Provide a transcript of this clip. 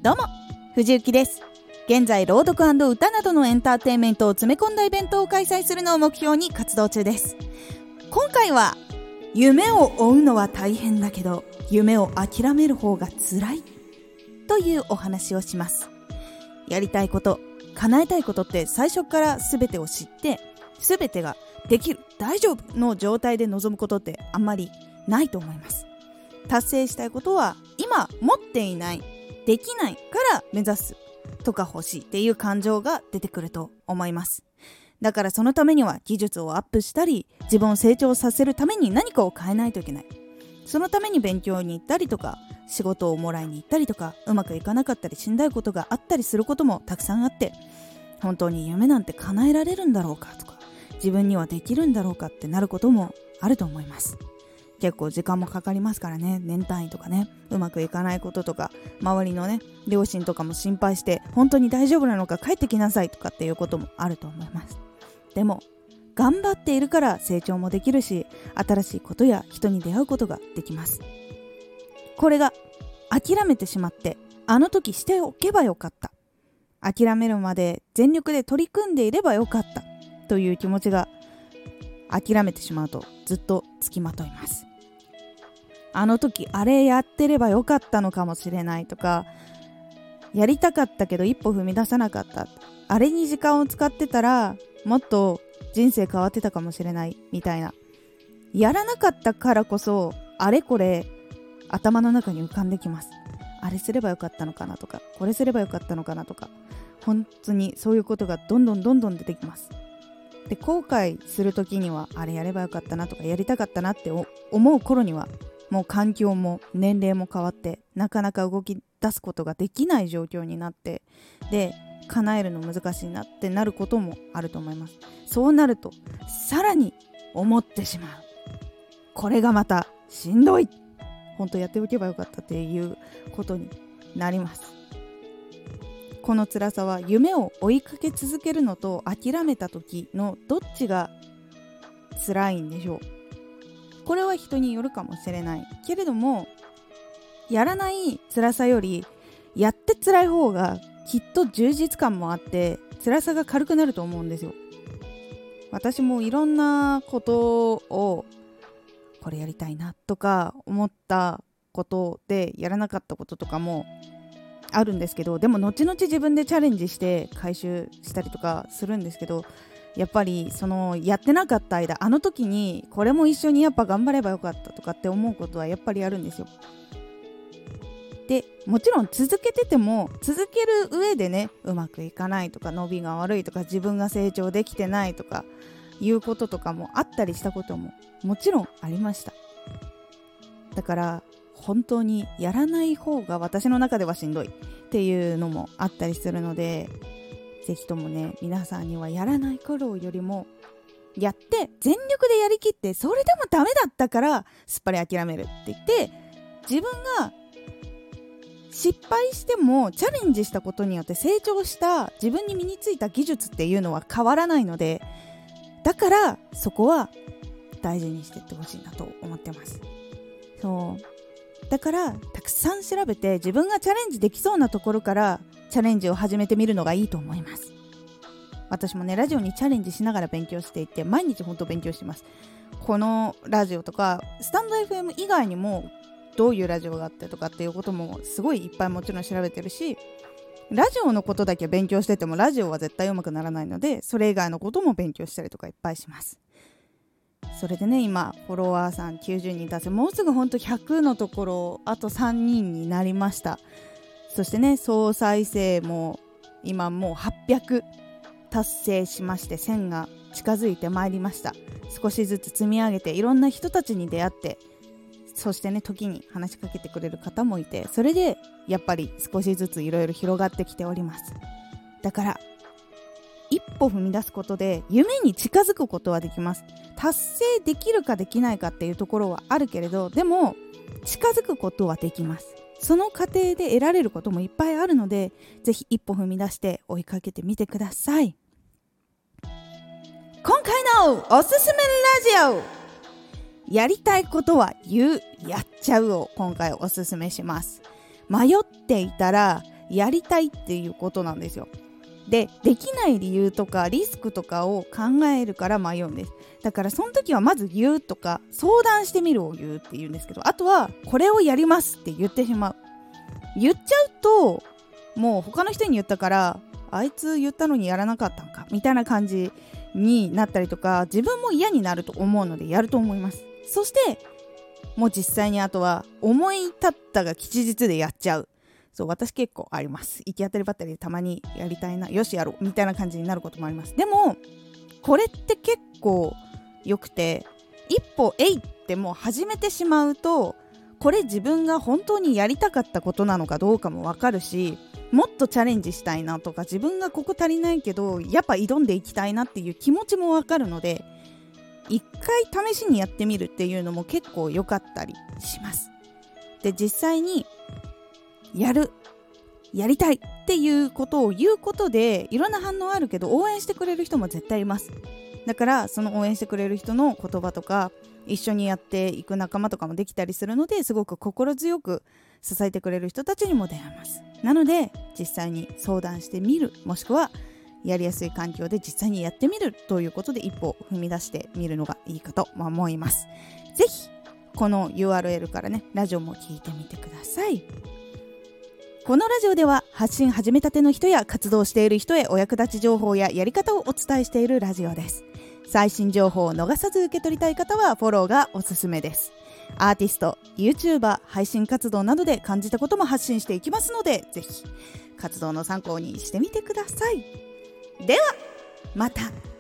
どうも藤幸です。現在朗読&歌などのエンターテインメントを詰め込んだイベントを開催するのを目標に活動中です。今回は夢を追うのは大変だけど夢を諦める方が辛いというお話をします。やりたいこと、叶えたいことって最初から全てを知って全てができる、大丈夫の状態で臨むことってあんまりないと思います。達成したいことは今持っていない、できないから目指すとか欲しいっていう感情が出てくると思います。だからそのためには技術をアップしたり、自分を成長させるために何かを変えないといけない。そのために勉強に行ったりとか、仕事をもらいに行ったりとか、うまくいかなかったりしんどいことがあったりすることもたくさんあって、本当に夢なんて叶えられるんだろうかとか、自分にはできるんだろうかってなることもあると思います。結構時間もかかりますからね。年単位とかね、うまくいかないこととか、周りのね両親とかも心配して本当に大丈夫なのか帰ってきなさいとかっていうこともあると思います。でも頑張っているから成長もできるし、新しいことや人に出会うことができます。これが諦めてしまって、あの時しておけばよかった、諦めるまで全力で取り組んでいればよかったという気持ちが諦めてしまうとずっとつきまといます。あの時あれやってればよかったのかもしれないとか、やりたかったけど一歩踏み出さなかった、あれに時間を使ってたらもっと人生変わってたかもしれないみたいな、やらなかったからこそあれこれ頭の中に浮かんできます。あれすればよかったのかなとか、これすればよかったのかなとか、本当にそういうことがどんどん出てきます。で、後悔する時にはあれやればよかったなとか、やりたかったなって思う頃にはもう環境も年齢も変わって、なかなか動き出すことができない状況になって、で叶えるの難しいなってなることもあると思います。そうなるとさらに思ってしまう。これがまたしんどい、本当やっておけばよかったっていうことになります。この辛さは夢を追いかけ続けるのと諦めた時のどっちが辛いんでしょう。これは人によるかもしれないけれども、やらない辛さよりやって辛い方がきっと充実感もあって辛さが軽くなると思うんですよ。私もいろんなことをこれやりたいなとか思ったことでやらなかったこととかもあるんですけど、でも後々自分でチャレンジして回収したりとかするんですけど、やっぱりそのやってなかった間、あの時にこれも一緒にやっぱ頑張ればよかったとかって思うことはやっぱりあるんですよ。でもちろん続けてても、続ける上でね、うまくいかないとか伸びが悪いとか自分が成長できてないとかいうこととかもあったりしたことももちろんありました。だから本当にやらない方が私の中ではしんどいっていうのもあったりするので、ぜひともね、皆さんにはやらない頃よりもやって全力でやりきって、それでもダメだったからすっぱり諦めるって言って、自分が失敗してもチャレンジしたことによって成長した自分に身についた技術っていうのは変わらないので、だからそこは大事にしていってほしいなと思ってます。そうだからたくさん調べて自分がチャレンジできそうなところからチャレンジを始めてみるのがいいと思います。私もね、ラジオにチャレンジしながら勉強していて、毎日本当勉強してます。このラジオとかスタンド FM 以外にもどういうラジオがあってとかっていうこともすごいいっぱいもちろん調べてるし、ラジオのことだけ勉強しててもラジオは絶対うまくならないので、それ以外のことも勉強したりとかいっぱいします。それでね、今フォロワーさん90人達成、もうすぐほんと100のところあと3人になりました。そしてね、総再生も今もう800達成しまして、1000が近づいてまいりました。少しずつ積み上げていろんな人たちに出会って、そしてね、時に話しかけてくれる方もいて、それでやっぱり少しずついろいろ広がってきております。だから一歩踏み出すことで夢に近づくことはできます。達成できるかできないかっていうところはあるけれど、でも近づくことはできます。その過程で得られることもいっぱいあるので、ぜひ一歩踏み出して追いかけてみてください。今回のおすすめラジオ、やりたいことは言う、やっちゃうを今回おすすめします。迷っていたらやりたいっていうことなんですよ。できない理由とかリスクとかを考えるから迷うんです。だからその時はまず言うとか相談してみるを言うって言うんですけど、あとはこれをやりますって言ってしまう。言っちゃうともう他の人に言ったからあいつ言ったのにやらなかったんかみたいな感じになったりとか、自分も嫌になると思うのでやると思います。そしてもう実際にあとは思い立ったが吉日でやっちゃう。そう、私結構あります。行き当たりばったりでたまにやりたいな、よしやろうみたいな感じになることもあります。でもこれって結構よくて、一歩えいってもう始めてしまうと、これ自分が本当にやりたかったことなのかどうかもわかるし、もっとチャレンジしたいなとか、自分がここ足りないけどやっぱ挑んでいきたいなっていう気持ちもわかるので、一回試しにやってみるっていうのも結構良かったりします。で実際にやりたいっていうことを言うことでいろんな反応あるけど、応援してくれる人も絶対います。だからその応援してくれる人の言葉とか一緒にやっていく仲間とかもできたりするので、すごく心強く支えてくれる人たちにも出会います。なので実際に相談してみる、もしくはやりやすい環境で実際にやってみるということで一歩踏み出してみるのがいいかと思います。ぜひこの URL からね、ラジオも聞いてみてください。このラジオでは発信始めたての人や活動している人へお役立ち情報ややり方をお伝えしているラジオです。最新情報を逃さず受け取りたい方はフォローがおすすめです。アーティスト、YouTuber、配信活動などで感じたことも発信していきますので、ぜひ活動の参考にしてみてください。ではまた。